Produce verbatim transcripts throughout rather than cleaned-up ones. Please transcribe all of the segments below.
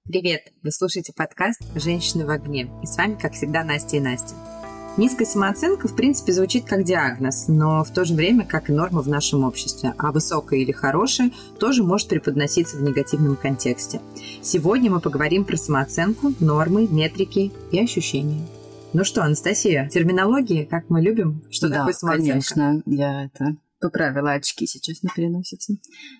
Привет! Вы слушаете подкаст «Женщины в огне». И с вами, как всегда, Настя и Настя. Низкая самооценка, в принципе, звучит как диагноз, но в то же время как и норма в нашем обществе. А высокая или хорошая тоже может преподноситься в негативном контексте. Сегодня мы поговорим про самооценку, нормы, метрики и ощущения. Ну что, Анастасия, терминологии, как мы любим, что да, такое самооценка? Конечно, я это поправила очки сейчас на переносице.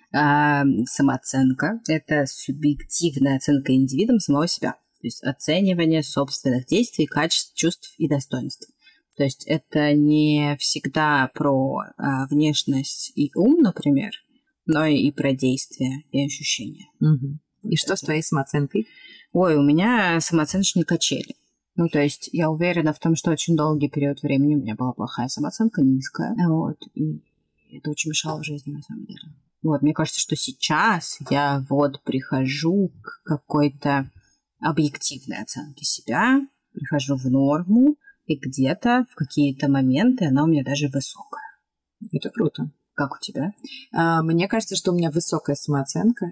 А, самооценка – это субъективная оценка индивидом самого себя. То есть оценивание собственных действий, качеств, чувств и достоинств. То есть это не всегда про а, внешность и ум, например, но и про действия и ощущения. Угу. Вот и что это. с твоей самооценкой? Ой, у меня самооценочные качели. Ну, то есть я уверена в том, что очень долгий период времени у меня была плохая самооценка, низкая. Вот, и это очень мешало в жизни, на самом деле. Вот, мне кажется, что сейчас я вот прихожу к какой-то объективной оценке себя, прихожу в норму, и где-то в какие-то моменты она у меня даже высокая. Это круто. Как у тебя? А, мне кажется, что у меня высокая самооценка,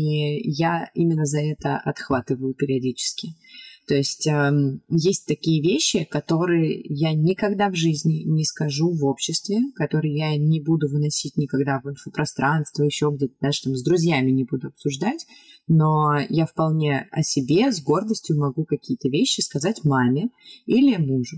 и я именно за это отхватываю периодически. То есть э, есть такие вещи, которые я никогда в жизни не скажу в обществе, которые я не буду выносить никогда в инфопространство, еще где-то, даже там с друзьями не буду обсуждать, но я вполне о себе с гордостью могу какие-то вещи сказать маме или мужу.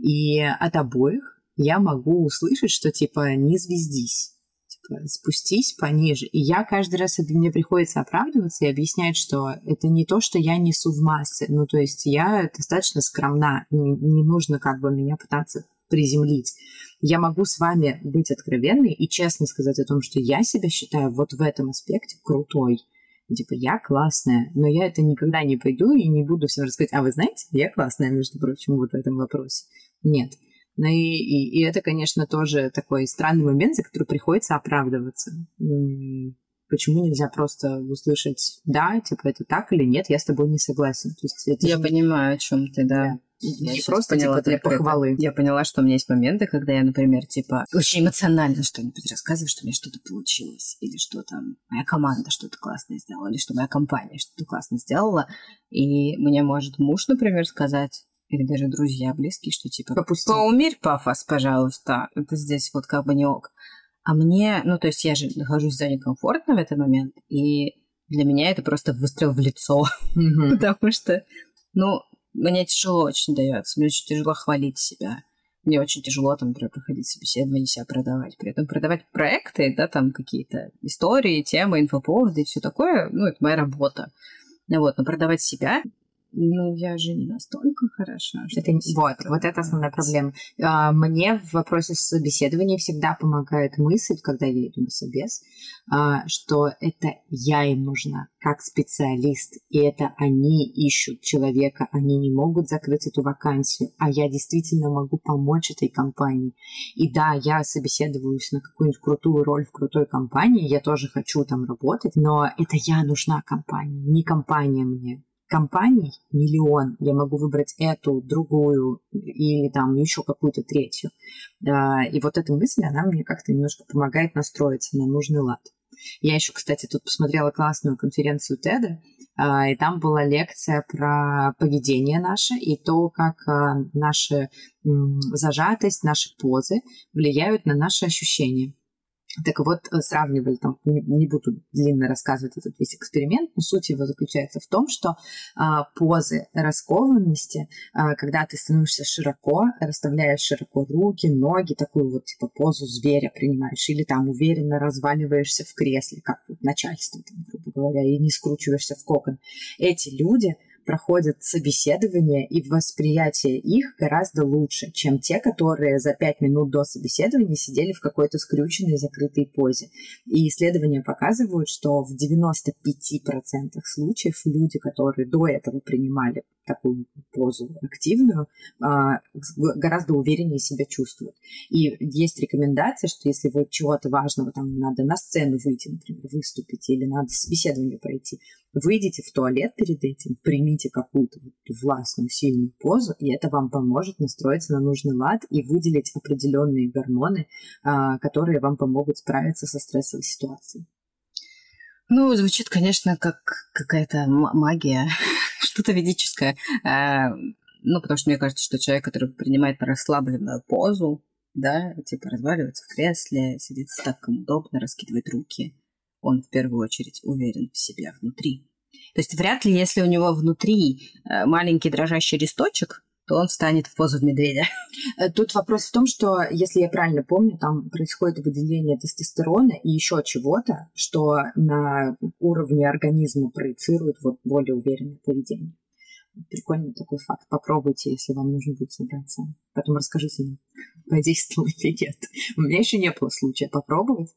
И от обоих я могу услышать, что типа не звездись. Спустись пониже. И я каждый раз, мне приходится оправдываться и объяснять, что это не то, что я несу в массы. Ну, то есть я достаточно скромна. Не, не нужно как бы меня пытаться приземлить. Я могу с вами быть откровенной и честно сказать о том, что я себя считаю вот в этом аспекте крутой. Типа, я классная, но я это никогда не пойду и не буду всем рассказать. А вы знаете, я классная, между прочим, вот в этом вопросе. Нет. Ну и, и, и это, конечно, тоже такой странный момент, за который приходится оправдываться. Почему нельзя просто услышать «да», типа это так или «нет, я с тобой не согласен». То есть это я же... понимаю, о чем ты, да. да. Я не просто поняла, типа для похвалы. Это. Я поняла, что у меня есть моменты, когда я, например, типа очень эмоционально что-нибудь рассказываю, что у меня что-то получилось, или что там моя команда что-то классное сделала, или что моя компания что-то классно сделала, и мне может муж, например, сказать, или даже друзья близкие, что типа Попусти. поумерь пафос, пожалуйста, это здесь вот как бы не ок. А мне, ну то есть я же нахожусь в зоне комфортно в этот момент, и для меня это просто выстрел в лицо, Mm-hmm. потому что, ну, мне тяжело очень дается, мне очень тяжело хвалить себя. Мне очень тяжело, там, например, проходить собеседование, себя продавать. При этом продавать проекты, да, там какие-то истории, темы, инфоповоды и все такое, ну, это моя работа. Вот, но продавать себя, ну, я же не настолько хороша. Что это, вот, вот это основная проблема. Мне в вопросе собеседования всегда помогает мысль, когда я иду на собес, что это я им нужна как специалист, и это они ищут человека, они не могут закрыть эту вакансию, а я действительно могу помочь этой компании. И да, я собеседуюсь на какую-нибудь крутую роль в крутой компании, я тоже хочу там работать, но это я нужна компании, не компания мне. Компаний миллион, я могу выбрать эту, другую или там еще какую-то третью. И вот эта мысль, она мне как-то немножко помогает настроиться на нужный лад. Я еще, кстати, тут посмотрела классную конференцию TED, и там была лекция про поведение наше и то, как наша зажатость, наши позы влияют на наши ощущения. Так вот, сравнивали, там, не, не буду длинно рассказывать этот весь эксперимент, но суть его заключается в том, что а, позы раскованности, а, когда ты становишься широко, расставляешь широко руки, ноги, такую вот типа позу зверя принимаешь, или там уверенно разваливаешься в кресле, как вот начальство, там, грубо говоря, и не скручиваешься в кокон. Эти люди проходят собеседование, и восприятие их гораздо лучше, чем те, которые за пять минут до собеседования сидели в какой-то скрюченной закрытой позе. И исследования показывают, что в девяноста пяти процентах случаев люди, которые до этого принимали такую позу активную, гораздо увереннее себя чувствуют. И есть рекомендация, что если вы чего-то важного, там надо на сцену выйти, например, выступить, или надо собеседование пройти, выйдите в туалет перед этим, примите какую-то властную, сильную позу, и это вам поможет настроиться на нужный лад и выделить определенные гормоны, которые вам помогут справиться со стрессовой ситуацией. Ну, звучит, конечно, как какая-то м- магия, что-то ведическое. А, ну, потому что мне кажется, что человек, который принимает расслабленную позу, да, типа разваливается в кресле, сидит так удобно, раскидывает руки, он в первую очередь уверен в себе внутри. То есть вряд ли, если у него внутри э, маленький дрожащий листочек, то он встанет в позу медведя. Тут вопрос в том, что, если я правильно помню, там происходит выделение тестостерона и еще чего-то, что на уровне организма проецирует вот более уверенное поведение. Прикольный такой факт. Попробуйте, если вам нужно будет собраться. Потом расскажите нам, подействовало или нет. У меня еще не было случая попробовать,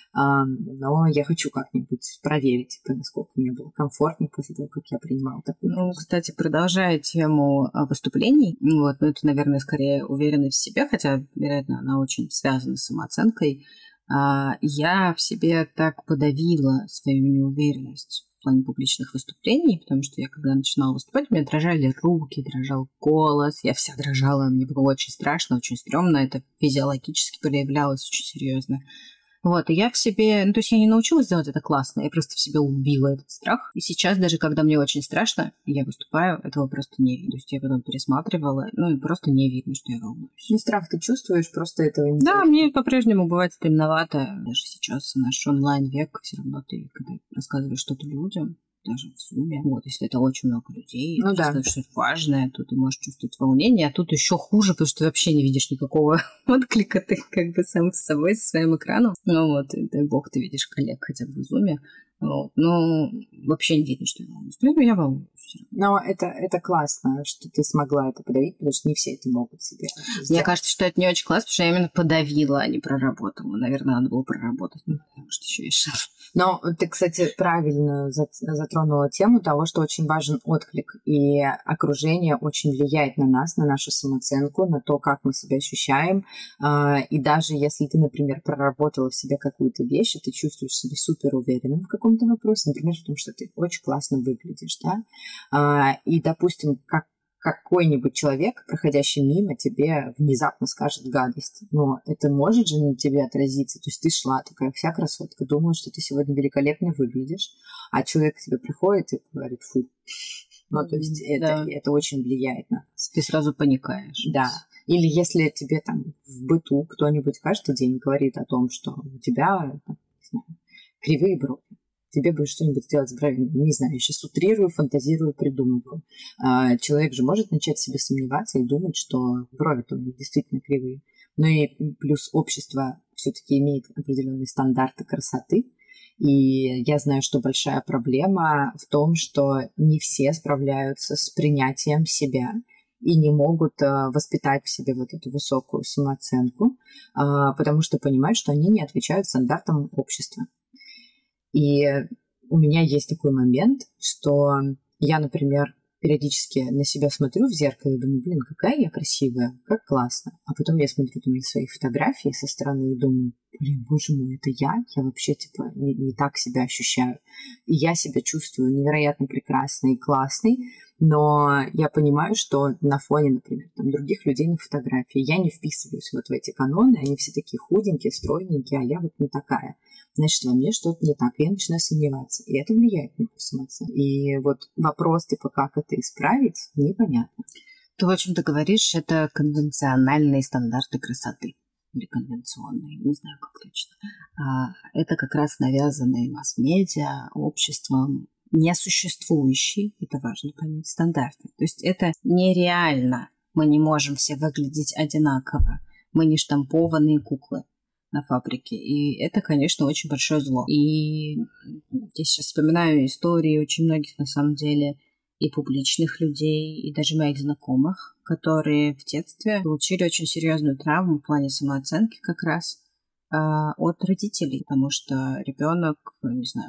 но я хочу как-нибудь проверить, насколько мне было комфортнее после того, как я принимала такую. Ну, кстати, продолжая тему выступлений, вот, ну, это, наверное, скорее уверенность в себе, хотя, вероятно, она очень связана с самооценкой. Я в себе так подавила свою неуверенность в плане публичных выступлений, потому что я, когда начинала выступать, у меня дрожали руки, дрожал голос, я вся дрожала, мне было очень страшно, очень стрёмно, это физиологически проявлялось очень серьезно. Вот, и я в себе, ну, то есть я не научилась делать это классно, я просто в себе убила этот страх. И сейчас даже, когда мне очень страшно, я выступаю, этого просто не видно. То есть я потом пересматривала, ну, и просто не видно, что я волнуюсь. Ну, страх ты чувствуешь, просто этого не Да, мне по-прежнему бывает стремновато. Даже сейчас наш онлайн-век, все равно ты, когда рассказываешь что-то людям, даже в сумме. Вот, если это очень много людей, ну, да. что-то важное, то ты можешь чувствовать волнение, а тут еще хуже, потому что ты вообще не видишь никакого отклика, ты как бы сам с собой, со своим экраном. Ну вот, и, дай бог, ты видишь коллег хотя бы в зуме. Вот. Ну, вообще не видно, что я волнуюсь. Поэтому я волнуюсь. Но это, это классно, что ты смогла это подавить, потому что не все это могут себе сделать. Мне кажется, что это не очень классно, потому что я именно подавила, а не проработала. Наверное, надо было проработать, ну, потому что еще есть шанс. Но ты, кстати, правильно затронула тему того, что очень важен отклик, и окружение очень влияет на нас, на нашу самооценку, на то, как мы себя ощущаем. И даже если ты, например, проработала в себе какую-то вещь, и ты чувствуешь себя супер уверенным в каком-то вопросе, например, в том, что ты очень классно выглядишь, да, и, допустим, как какой-нибудь человек, проходящий мимо, тебе внезапно скажет гадость. Но это может же на тебе отразиться. То есть ты шла такая вся красотка, думала, что ты сегодня великолепно выглядишь, а человек к тебе приходит и говорит фу. Ну, то есть это, да. это очень влияет на нас. Ты сразу паникаешь. Да. Или если тебе там в быту кто-нибудь каждый день говорит о том, что у тебя, не знаю, кривые брови, тебе бы что-нибудь сделать с бровями. Не знаю, я сейчас утрирую, фантазирую, придумываю. А, человек же может начать в себе сомневаться и думать, что брови-то у них действительно кривые. Ну и плюс общество все-таки имеет определенные стандарты красоты. И я знаю, что большая проблема в том, что не все справляются с принятием себя и не могут а, воспитать в себе вот эту высокую самооценку, а, потому что понимают, что они не отвечают стандартам общества. И у меня есть такой момент, что я, например, периодически на себя смотрю в зеркало и думаю, блин, какая я красивая, как классно. А потом я смотрю там на свои фотографии со стороны и думаю, блин, боже мой, это я? Я вообще, типа, не, не так себя ощущаю. И я себя чувствую невероятно прекрасной и классной, но я понимаю, что на фоне, например, там, других людей на фотографии я не вписываюсь вот в эти каноны, они все такие худенькие, стройненькие, а я вот не такая. Значит, во мне что-то не так, и я начинаю сомневаться. И это влияет на мою самооценку. И вот вопрос, типа, как это исправить, непонятно. То, о чем ты говоришь, это конвенциональные стандарты красоты. Или конвенционные, не знаю, как точно. А это как раз навязанные масс-медиа, обществом, несуществующие, это важно понять, стандарты. То есть это нереально. Мы не можем все выглядеть одинаково. Мы не штампованные куклы на фабрике. И это, конечно, очень большое зло. И я сейчас вспоминаю истории очень многих, на самом деле, и публичных людей, и даже моих знакомых, которые в детстве получили очень серьезную травму в плане самооценки как раз э, от родителей, потому что ребенок, не знаю,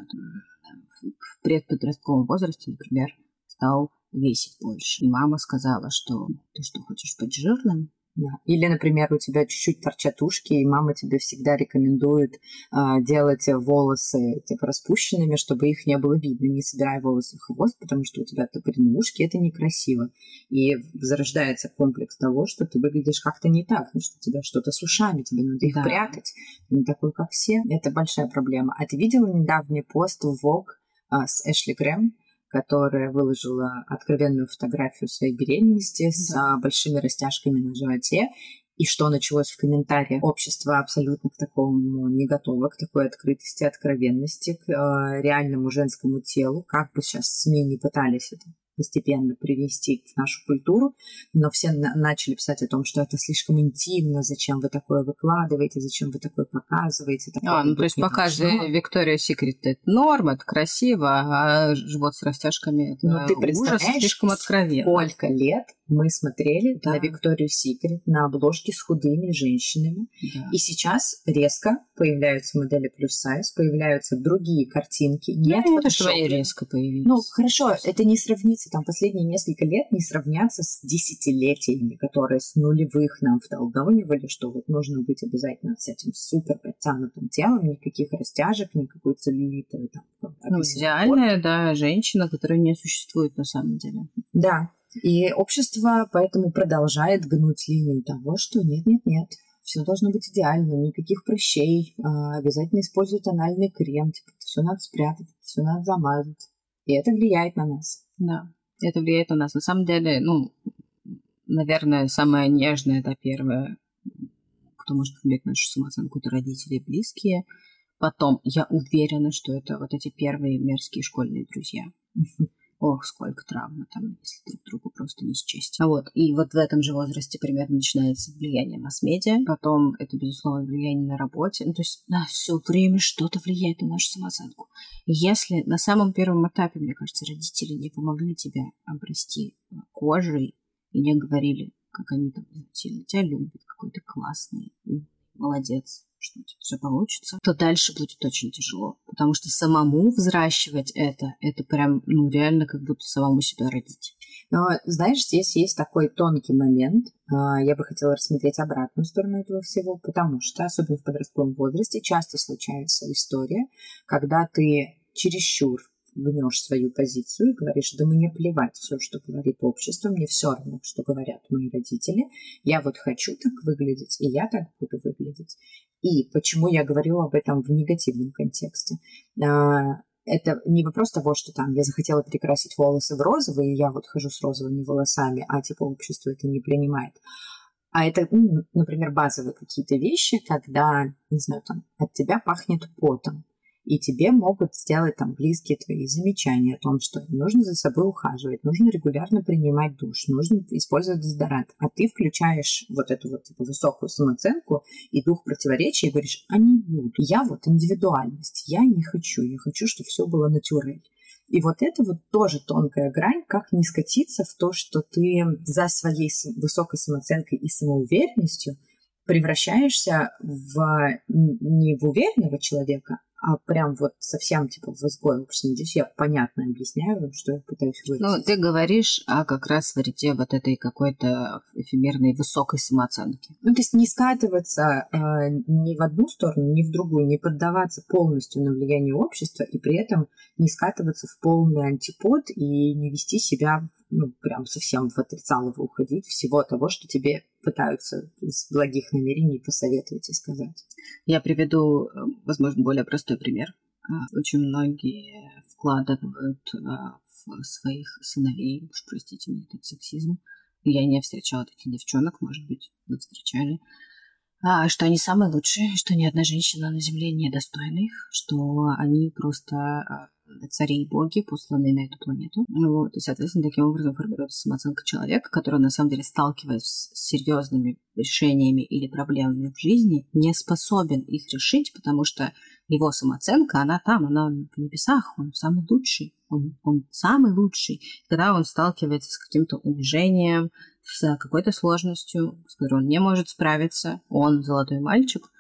в предподростковом возрасте, например, стал весить больше. И мама сказала, что ты что, хочешь быть жирным? Да. Или, например, у тебя чуть-чуть торчат ушки, и мама тебе всегда рекомендует а, делать волосы типа распущенными, чтобы их не было видно. Не собирай волосы в хвост, потому что у тебя оттопырены ушки, это некрасиво. И зарождается комплекс того, что ты выглядишь как-то не так, ну, что у тебя что-то с ушами, тебе надо их да. прятать. Ты не такой, как все. Это большая проблема. А ты видела недавний пост в Vogue а, с Эшли Грэм, которая выложила откровенную фотографию своей беременности да. с а, большими растяжками на животе, и что началось в комментариях. Общество абсолютно к такому не готово, к такой открытости, откровенности, к а, реальному женскому телу. Как бы сейчас СМИ не пытались это постепенно привести в нашу культуру, но все на- начали писать о том, что это слишком интимно, зачем вы такое выкладываете, зачем вы такое показываете. Такое а, ну то есть показывай Виктория Секрет это норма, это красиво, а живот с растяжками это но ты ужас, слишком откровенно. Сколько лет мы смотрели да. на Викторию Секрет, на обложки с худыми женщинами, да. и сейчас резко появляются модели плюс сайз, появляются другие картинки. Нет, ну, это что резко появились. Ну, хорошо, это не сравнится, там последние несколько лет не сравнятся с десятилетиями, которые с нулевых нам вдолбливали, что вот нужно быть обязательно с этим супер подтянутым телом, никаких растяжек, никакой целлюлита. Там, ну, идеальная, да, женщина, которая не существует на самом деле. Да. И общество поэтому продолжает гнуть линию того, что нет-нет-нет, все должно быть идеально, никаких прыщей, обязательно используй тональный крем, типа, все надо спрятать, все надо замазать. И это влияет на нас. Да, это влияет на нас. На самом деле, ну, наверное, самое нежное, это первое, кто может влиять на нашу самооценку, это родители и близкие. Потом, я уверена, что это вот эти первые мерзкие школьные друзья. Ох, сколько травмы там, если друг другу просто не счесть. А вот, и вот в этом же возрасте примерно начинается влияние масс-медиа. Потом это, безусловно, влияние на работе. Ну, то есть, да, все время что-то влияет на нашу самооценку. И если на самом первом этапе, мне кажется, родители не помогли тебе обрасти кожей и не говорили, как они там сильно тебя любят, какой ты классный, молодец, что у тебя все получится, то дальше будет очень тяжело. Потому что самому взращивать это, это прям, ну, реально как будто самому себя родить. Но, знаешь, здесь есть такой тонкий момент. Я бы хотела рассмотреть обратную сторону этого всего, потому что, особенно в подростковом возрасте, часто случается история, когда ты чересчур гнешь свою позицию и говоришь, да мне плевать все, что говорит общество, мне все равно, что говорят мои родители, я вот хочу так выглядеть, и я так буду выглядеть. И почему я говорю об этом в негативном контексте? Это не вопрос того, что там я захотела перекрасить волосы в розовый, и я вот хожу с розовыми волосами, а типа общество это не принимает. А это, ну, например, базовые какие-то вещи, когда, не знаю, там от тебя пахнет потом, и тебе могут сделать там близкие твои замечания о том, что нужно за собой ухаживать, нужно регулярно принимать душ, нужно использовать дезодорант. А ты включаешь вот эту вот типа высокую самооценку и дух противоречия и говоришь, а не буду. Я вот индивидуальность, я не хочу, я хочу, чтобы все было натюрель. И вот это вот тоже тонкая грань, как не скатиться в то, что ты за своей высокой самооценкой и самоуверенностью превращаешься в не в уверенного человека, а прям вот совсем типа в изгой. Здесь я понятно объясняю, что я пытаюсь выразить. Ну, ты говоришь о как раз вреде вот этой какой-то эфемерной высокой самооценки. Ну, то есть не скатываться э, ни в одну сторону, ни в другую, не поддаваться полностью на влияние общества и при этом не скатываться в полный антипод и не вести себя, ну, прям совсем в отрицалово уходить всего того, что тебе пытаются из благих намерений посоветовать и сказать. Я приведу, возможно, более простой пример. Очень многие вкладывают в своих сыновей, уж простите меня этот сексизм, я не встречала таких девчонок, может быть, вы встречали, что они самые лучшие, что ни одна женщина на земле не достойна их, что они просто цари и боги, посланные на эту планету. Вот, и, соответственно, таким образом формируется самооценка человека, который, на самом деле, сталкиваясь с серьезными решениями или проблемами в жизни, не способен их решить, потому что его самооценка, она там, она в небесах, он самый лучший, он, он самый лучший. Когда он сталкивается с каким-то унижением, с какой-то сложностью, с которой он не может справиться, он золотой мальчик,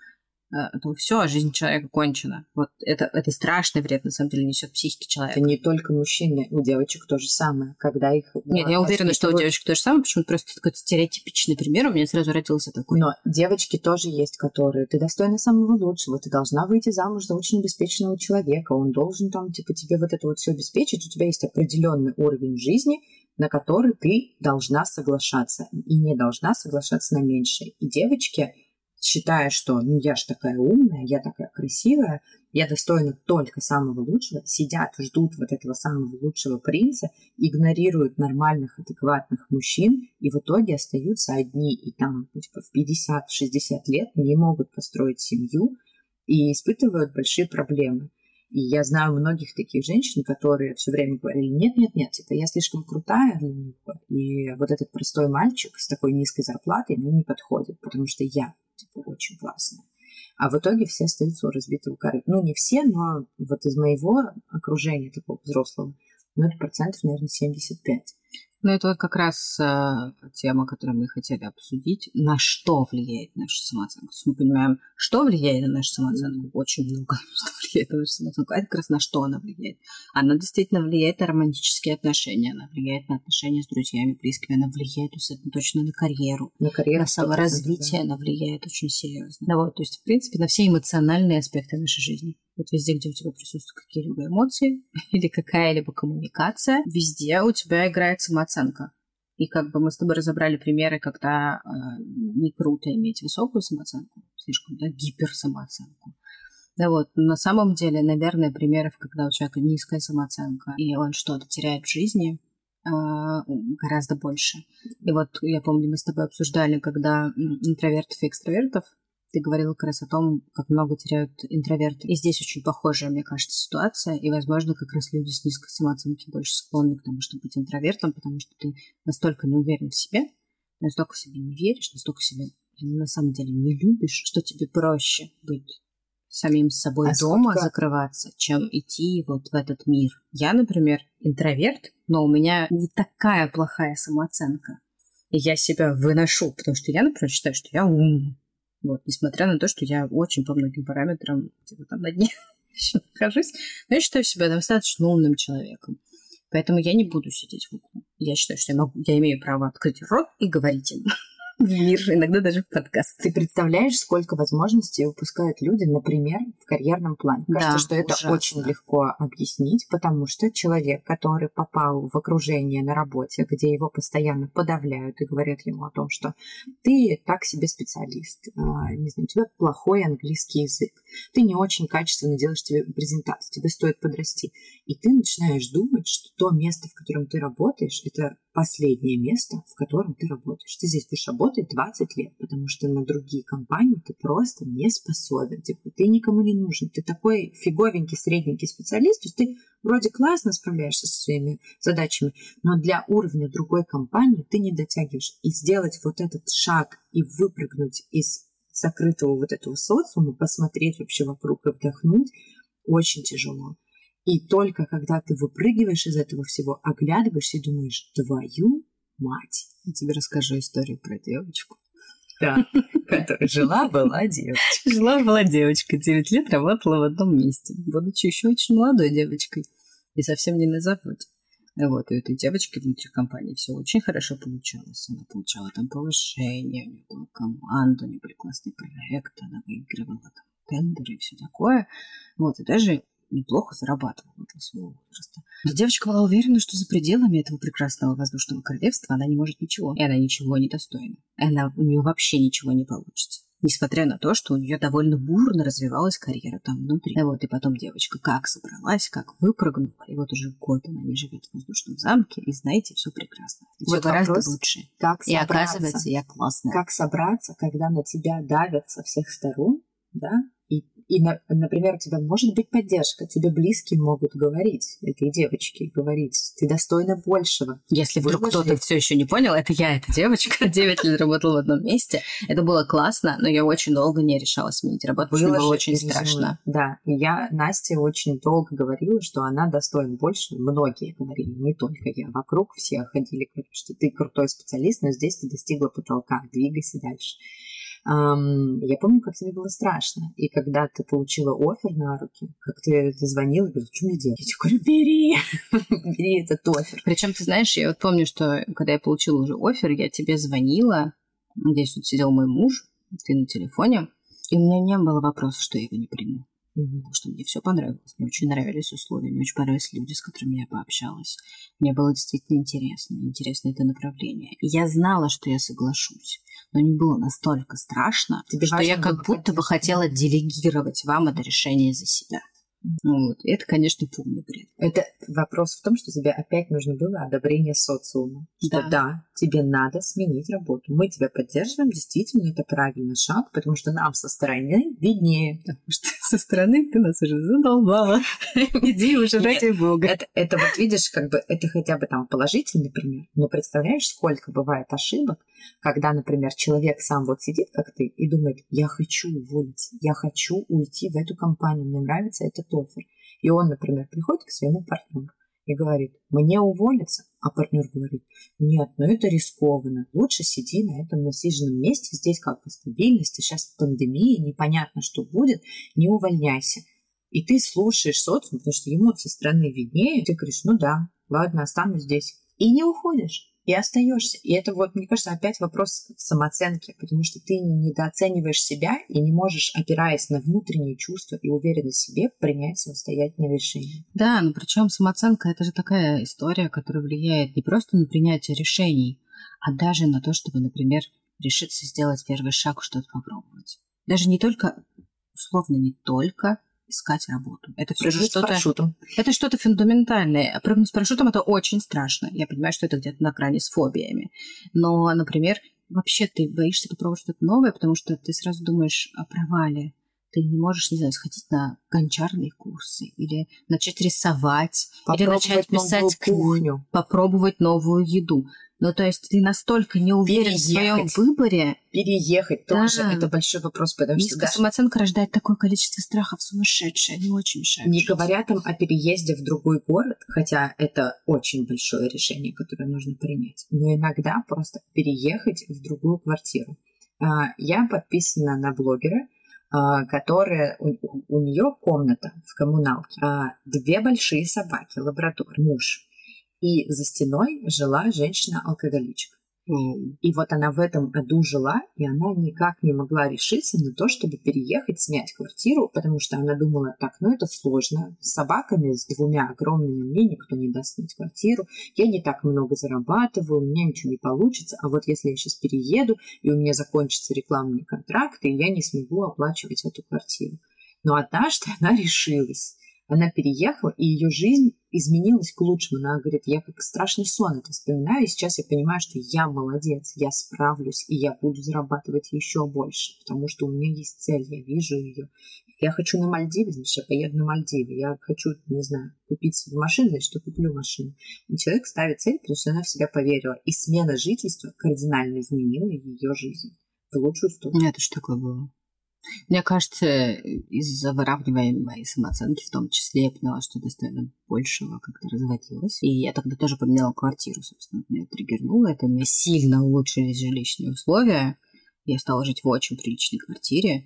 то все, жизнь человека кончена. Вот это, это страшный вред, на самом деле, несет психике человека. Это не только мужчины, у девочек то же самое. Когда их... Нет, я уверена, что у девочек то же самое, почему-то просто такой стереотипичный пример, у меня сразу родился такой. Но девочки тоже есть, которые... Ты достойна самого лучшего, ты должна выйти замуж за очень обеспеченного человека, он должен там, типа, тебе вот это вот все обеспечить, у тебя есть определенный уровень жизни, на который ты должна соглашаться, и не должна соглашаться на меньшее. И девочки... считая, что ну я ж такая умная, я такая красивая, я достойна только самого лучшего, сидят, ждут вот этого самого лучшего принца, игнорируют нормальных, адекватных мужчин и в итоге остаются одни и там типа, в пятьдесят-шестьдесят лет не могут построить семью и испытывают большие проблемы. И я знаю многих таких женщин, которые все время говорили, нет-нет-нет, типа, я слишком крутая для него, и вот этот простой мальчик с такой низкой зарплатой мне не подходит, потому что я типа, очень классная. А в итоге все остаются у разбитого корыта. Ну, не все, но вот из моего окружения такого взрослого, ну, это процентов, наверное, семьдесят пять. Ну, это вот как раз э, тема, которую мы хотели обсудить. На что влияет наша самооценка? То есть мы понимаем, что влияет на нашу самооценку. Очень много что влияет на нашу самооценку. А это как раз на что она влияет. Она действительно влияет на романтические отношения, она влияет на отношения с друзьями, близкими, она влияет точно на карьеру, на, карьеру, на саморазвитие, да. Она влияет очень серьезно. Да, вот, то есть, в принципе, на все эмоциональные аспекты нашей жизни. Вот везде, где у тебя присутствуют какие-либо эмоции или какая-либо коммуникация, везде у тебя играет самооценка. И как бы мы с тобой разобрали примеры, когда э, не круто иметь высокую самооценку, слишком, да, гиперсамооценку. Да вот, но на самом деле, наверное, примеров, когда у человека низкая самооценка, и он что-то теряет в жизни, э, гораздо больше. И вот я помню, мы с тобой обсуждали, когда интровертов и экстравертов, ты говорила как раз о том, как много теряют интроверты. И здесь очень похожая, мне кажется, ситуация. И, возможно, как раз люди с низкой самооценкой больше склонны к тому, чтобы быть интровертом, потому что ты настолько не уверен в себе, настолько в себе не веришь, настолько себя на самом деле не любишь, что тебе проще быть самим с собой а дома, сколько... закрываться, чем идти вот в этот мир. Я, например, интроверт, но у меня не такая плохая самооценка. И я себя выношу, потому что я, например, считаю, что я умная. Вот, несмотря на то, что я очень по многим параметрам типа, там на дне еще нахожусь, но я считаю себя достаточно умным человеком. Поэтому я не буду сидеть в углу. Я считаю, что я, могу, я имею право открыть рот и говорить им в мир, иногда даже в подкаст. Ты представляешь, сколько возможностей упускают люди, например, в карьерном плане? Кажется, да, что это ужасно. Очень легко объяснить, потому что человек, который попал в окружение на работе, где его постоянно подавляют и говорят ему о том, что ты так себе специалист, не знаю, у тебя плохой английский язык, ты не очень качественно делаешь тебе презентацию, тебе стоит подрасти. И ты начинаешь думать, что то место, в котором ты работаешь, это последнее место, в котором ты работаешь. Ты здесь будешь работать двадцать лет, потому что на другие компании ты просто не способен. Типа, ты никому не нужен. Ты такой фиговенький, средненький специалист, то есть ты вроде классно справляешься со своими задачами, но для уровня другой компании ты не дотягиваешь. И сделать вот этот шаг и выпрыгнуть из закрытого вот этого социума, посмотреть вообще вокруг и вдохнуть, очень тяжело. И только когда ты выпрыгиваешь из этого всего, оглядываешься и думаешь, твою мать. Я тебе расскажу историю про девочку. Да, которая жила-была девочка. Жила-была девочка, девять лет работала в одном месте, будучи еще очень молодой девочкой и совсем не на заводе. Вот, и у этой девочки внутри компании все очень хорошо получалось. Она получала там повышение, у нее была команда, у нее были классные проекты, она выигрывала там тендеры и все такое. Вот, и даже неплохо зарабатывала для своего возраста. Но девочка была уверена, что за пределами этого прекрасного воздушного королевства она не может ничего. И она ничего не достойна. И она, у нее вообще ничего не получится. Несмотря на то, что у нее довольно бурно развивалась карьера там внутри. И вот, и потом девочка как собралась, как выпрыгнула. И вот уже год она не живет в воздушном замке. И знаете, все прекрасно. И вот все гораздо вопрос, лучше. Как и оказывается, я классная. Как собраться, когда на тебя давят со всех сторон, да? И, и, например, у тебя может быть поддержка, тебе близкие могут говорить, этой девочке говорить, ты достойна большего. Если вдруг Выложи... кто-то все еще не понял, это я, эта девочка, девять лет работала в одном месте, это было классно, но я очень долго не решалась сменить работу, потому что было очень страшно. Да, и я Насте очень долго говорила, что она достойна больше, многие говорили, не только я, вокруг все ходили, что ты крутой специалист, но здесь ты достигла потолка, двигайся дальше. Ам, я помню, как тебе было страшно. И когда ты получила оффер на руки, как ты, ты звонила и говорила, что мне делать? Я тебе говорю, бери, бери этот оффер. Причем, ты знаешь, я вот помню, что когда я получила уже оффер, я тебе звонила, здесь вот сидел мой муж, ты на телефоне, и у меня не было вопроса, что я его не приму. Потому что мне все понравилось. Мне очень нравились условия, мне очень понравились люди, с которыми я пообщалась. Мне было действительно интересно. Мне интересно это направление. И я знала, что я соглашусь. Но мне было настолько страшно, Тебе что я как будто бы хотела делегировать вам это решение за себя. Ну, вот. И это, конечно, полный бред. Это вопрос в том, что тебе опять нужно было одобрение социума. Что да. да, тебе надо сменить работу. Мы тебя поддерживаем, действительно, это правильный шаг, потому что нам со стороны виднее. Потому что со стороны ты нас уже задолбала. Иди уже, ради бога. Это, это вот видишь, как бы это хотя бы там положительный пример. Но представляешь, сколько бывает ошибок, когда, например, человек сам вот сидит, как ты, и думает, я хочу уволиться, я хочу уйти в эту компанию, мне нравится этот оффер. И он, например, приходит к своему партнеру и говорит, мне уволиться, а партнер говорит, нет, ну это рискованно, лучше сиди на этом насиженном месте, здесь как бы стабильность, и сейчас пандемия, непонятно, что будет, не увольняйся. И ты слушаешь социум, потому что ему со стороны виднее, ты говоришь, ну да, ладно, останусь здесь. И не уходишь. И остаешься. И это вот, мне кажется, опять вопрос самооценки, потому что ты недооцениваешь себя и не можешь, опираясь на внутренние чувства и уверенность в себе, принять самостоятельное решение. Да, но причем самооценка — это же такая история, которая влияет не просто на принятие решений, а даже на то, чтобы, например, решиться сделать первый шаг, что-то попробовать. Даже не только, условно, не только искать работу. Это все же что-то... парашютом. Это что-то фундаментальное. Прыгнуть с парашютом — это очень страшно. Я понимаю, что это где-то на грани с фобиями. Но, например, вообще ты боишься попробовать что-то новое, потому что ты сразу думаешь о провале. Ты не можешь, не знаю, сходить на гончарные курсы или начать рисовать, или начать писать кухню, попробовать новую еду. Ну, то есть ты настолько не уверен Переехать. в своем выборе. Переехать да. тоже это большой вопрос, потому Низкая что даже... самооценка рождает такое количество страхов сумасшедшее, не очень мешает. Не говоря там о переезде в другой город, хотя это очень большое решение, которое нужно принять, но иногда просто переехать в другую квартиру. Я подписана на блогера, которая у, у нее комната в коммуналке, две большие собаки, лабрадор, муж. И за стеной жила женщина-алкоголичка. Mm. И вот она в этом аду жила, и она никак не могла решиться на то, чтобы переехать, снять квартиру, потому что она думала, так, ну это сложно, с собаками, с двумя огромными мне никто не даст снять квартиру, я не так много зарабатываю, у меня ничего не получится, а вот если я сейчас перееду, и у меня закончатся рекламные контракты, я не смогу оплачивать эту квартиру. Но однажды она решилась. Она переехала, и ее жизнь изменилась к лучшему. Она говорит, я как страшный сон это вспоминаю, и сейчас я понимаю, что я молодец, я справлюсь, и я буду зарабатывать еще больше, потому что у меня есть цель, я вижу ее. Я хочу на Мальдивы, значит, я поеду на Мальдивы. Я хочу, не знаю, купить себе машину, значит, я куплю машину. И человек ставит цель, потому что она в себя поверила. И смена жительства кардинально изменила ее жизнь в лучшую сторону. Это ж такое было. Мне кажется, из-за выравнивания моей самооценки, в том числе, я поняла, что достойно большего, как-то разводилась. И я тогда тоже поменяла квартиру, собственно, меня триггернуло. Это мне сильно улучшились жилищные условия. Я стала жить в очень приличной квартире.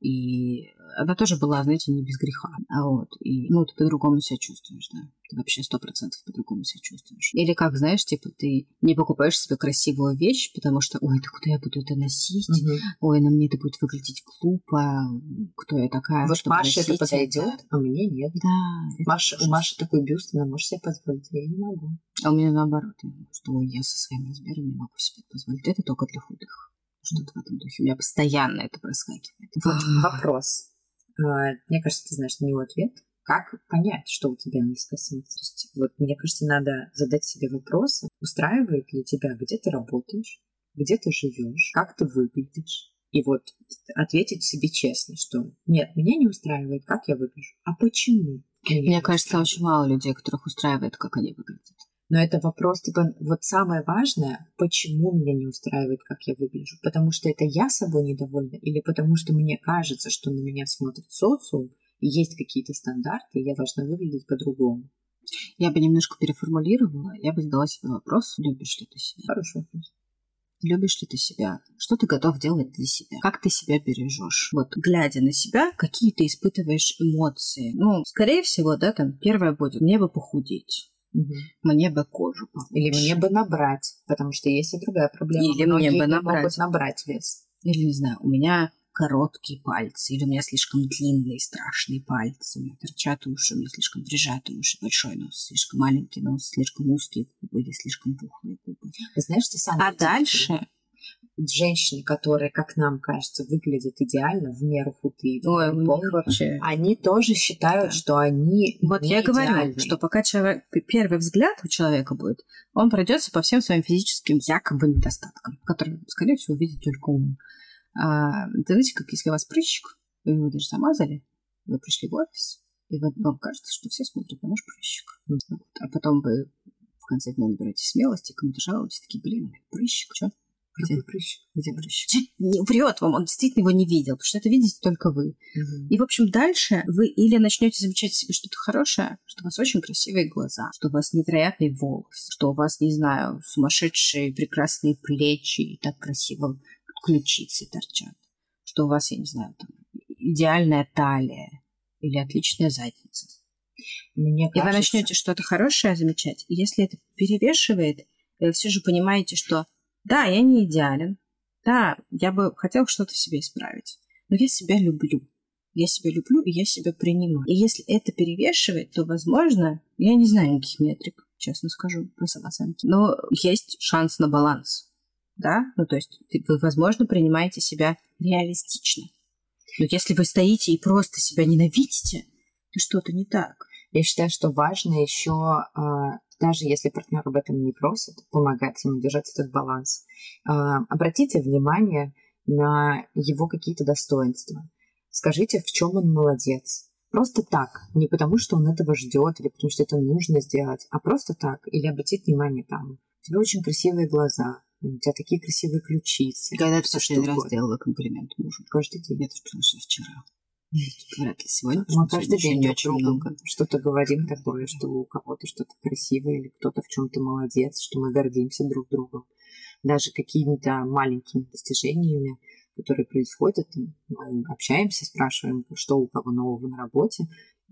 И она тоже была, знаете, не без греха. А вот, и, ну, ты по-другому себя чувствуешь, да. Ты вообще сто процентов по-другому себя чувствуешь. Или как, знаешь, типа, ты не покупаешь себе красивую вещь, потому что, ой, да куда я буду это носить? Угу. Ой, на мне это будет выглядеть глупо. Кто я такая, вот чтобы Маше носить это подойдет, а мне нет. Да. Маша, у Маши такой бюст, она может себе позволить, а я не могу. А у меня наоборот. Что ой, я со своим размером не могу себе позволить. Это только для худых. Что-то в этом духе. У меня постоянно это проскакивает. Вот вопрос. Мне кажется, ты знаешь на него ответ. Как понять, что у тебя низкая самооценка? Вот мне кажется, надо задать себе вопросы. Устраивает ли тебя, где ты работаешь, где ты живешь, как ты выглядишь? И вот ответить себе честно, что нет, меня не устраивает, как я выгляжу. А почему? Мне кажется, очень мало людей, которых устраивает, как они выглядят. Но это вопрос, типа, вот самое важное, почему меня не устраивает, как я выгляжу? Потому что это я собой недовольна? Или потому что мне кажется, что на меня смотрит социум, и есть какие-то стандарты, и я должна выглядеть по-другому? Я бы немножко переформулировала, я бы задала себе вопрос, любишь ли ты себя? Хороший вопрос. Любишь ли ты себя? Что ты готов делать для себя? Как ты себя бережешь? Вот, глядя на себя, какие ты испытываешь эмоции? Ну, скорее всего, да, там, первое будет, мне бы похудеть. Угу. Мне бы кожу получше. Или мне бы набрать, потому что есть и другая проблема. Или Многие мне бы не набрать. могут набрать вес. Или, не знаю, у меня короткие пальцы, или у меня слишком длинные страшные пальцы, у меня торчат уши, у меня слишком прижаты уши, большой нос, слишком маленький нос, слишком узкие губы или слишком пухлые губы. Ты знаешь, ты сам... А дальше... Женщины, которые, как нам кажется, выглядят идеально, в меру худые, Ой, у них вообще... они тоже считают, да. что они Вот не я идеальные. Говорю, что пока человек, первый взгляд у человека будет, он пройдется по всем своим физическим якобы недостаткам, которые, скорее всего, видит только он. А, знаете, как если у вас прыщик, вы его даже замазали, вы пришли в офис, и вам кажется, что все смотрят на ваш прыщик. Вот. А потом вы в конце дня набираете смелости, кому-то жалуетесь, такие, блин, прыщик, что? Где прыщик? Где прыщик? Не врет вам, он действительно его не видел, потому что это видите только вы. Угу. И, в общем, дальше вы или начнете замечать в себе что-то хорошее, что у вас очень красивые глаза, что у вас невероятный волос, что у вас, не знаю, сумасшедшие прекрасные плечи и так красиво ключицы торчат, что у вас, я не знаю, там, идеальная талия или отличная задница. Мне кажется... И вы начнете что-то хорошее замечать. И если это перевешивает, вы все же понимаете, что да, я не идеален. Да, я бы хотел что-то в себе исправить. Но я себя люблю. Я себя люблю, и я себя принимаю. И если это перевешивает, то, возможно, я не знаю никаких метрик, честно скажу, по самооценке. Но есть шанс на баланс. Да? Ну, то есть вы, возможно, принимаете себя реалистично. Но если вы стоите и просто себя ненавидите, то что-то не так. Я считаю, что важно еще... Даже если партнер об этом не просит, помогать ему держать этот баланс. Обратите внимание на его какие-то достоинства. Скажите, в чем он молодец. Просто так. Не потому, что он этого ждет, или потому, что это нужно сделать, а просто так. Или обратить внимание там. У тебя очень красивые глаза, у тебя такие красивые ключицы. Когда ты последний раз сделала комплимент мужу? Каждый день. Я тоже потому что вчера. Вряд ли сегодня. Мы каждый день не очень много. Что-то говорим такое, что у кого-то что-то красивое, или кто-то в чем-то молодец, что мы гордимся друг другом. Даже какими-то маленькими достижениями, которые происходят, мы общаемся, спрашиваем, что у кого нового на работе.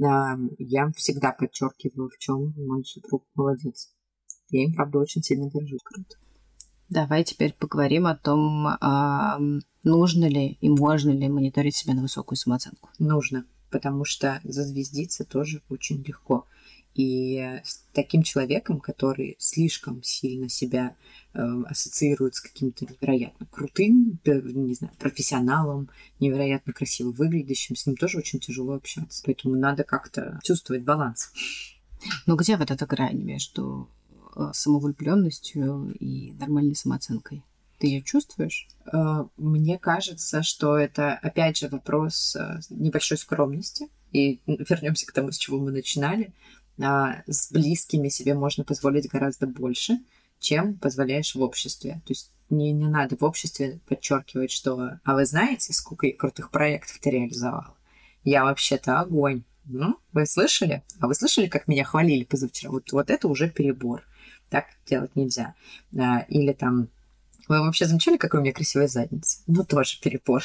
Я всегда подчеркиваю, в чем мой супруг молодец. Я им, правда, очень сильно горжусь. Круто. Давай теперь поговорим о том, а, нужно ли и можно ли мониторить себя на высокую самооценку. Нужно, потому что зазвездиться тоже очень легко. И с таким человеком, который слишком сильно себя э, ассоциирует с каким-то невероятно крутым, не знаю, профессионалом, невероятно красиво выглядящим, с ним тоже очень тяжело общаться. Поэтому надо как-то чувствовать баланс. Но где вот эта грань между самовлюбленностью и нормальной самооценкой? Ты ее чувствуешь? Мне кажется, что это, опять же, вопрос небольшой скромности. И вернемся к тому, с чего мы начинали. С близкими себе можно позволить гораздо больше, чем позволяешь в обществе. То есть не, не надо в обществе подчеркивать, что «а вы знаете, сколько я крутых проектов ты реализовала? Я вообще-то огонь». Ну, вы слышали? А вы слышали, как меня хвалили позавчера? Вот, вот это уже перебор. Так делать нельзя. Или там... Вы вообще замечали, какая у меня красивая задница? Ну, тоже перебор.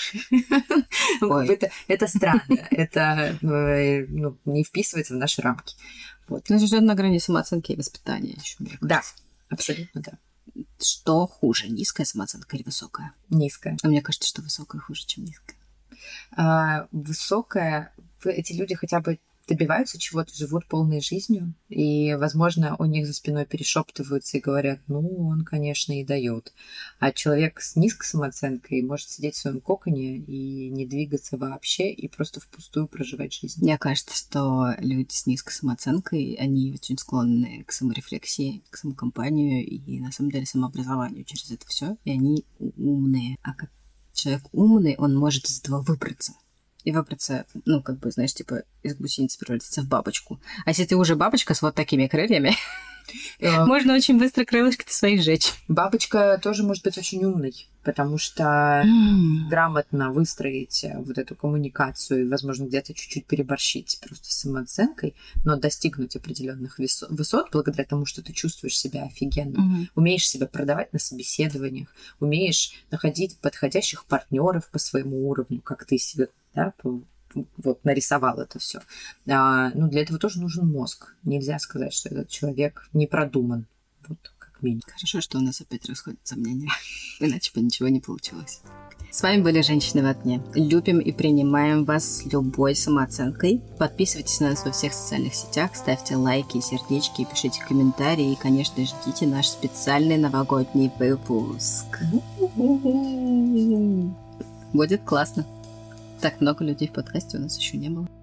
это, это странно. Это ну, не вписывается в наши рамки. Вот. Ну, это же на грани самооценки и воспитания еще, мне кажется. Да, абсолютно да. Что хуже, низкая самооценка или высокая? Низкая. А мне кажется, что высокая хуже, чем низкая. А, высокая... Эти люди хотя бы добиваются чего-то, живут полной жизнью, и, возможно, у них за спиной перешептываются и говорят, ну, он, конечно, и дает. А человек с низкой самооценкой может сидеть в своем коконе и не двигаться вообще, и просто впустую проживать жизнь. Мне кажется, что люди с низкой самооценкой, они очень склонны к саморефлексии, к самокомпанию и, на самом деле, самообразованию через это все, и они умные. А как человек умный, он может из этого выбраться. И выбраться, ну, как бы, знаешь, типа, из гусеницы превратиться в бабочку. А если ты уже бабочка с вот такими крыльями, можно очень быстро крылышки-то свои сжечь. Бабочка тоже может быть очень умной, потому что mm. грамотно выстроить вот эту коммуникацию и, возможно, где-то чуть-чуть переборщить просто с самооценкой, но достигнуть определенных высот благодаря тому, что ты чувствуешь себя офигенно, mm-hmm. умеешь себя продавать на собеседованиях, умеешь находить подходящих партнеров по своему уровню, как ты себе, да, вот нарисовал это все. А, ну, для этого тоже нужен мозг. Нельзя сказать, что этот человек не продуман. Вот. Хорошо, что у нас опять расходятся мнения, иначе бы ничего не получилось. С вами были «Женщины в окне». Любим и принимаем вас с любой самооценкой. Подписывайтесь на нас во всех социальных сетях, ставьте лайки, сердечки, пишите комментарии и, конечно, ждите наш специальный новогодний выпуск. Будет классно. Так много людей в подкасте у нас еще не было.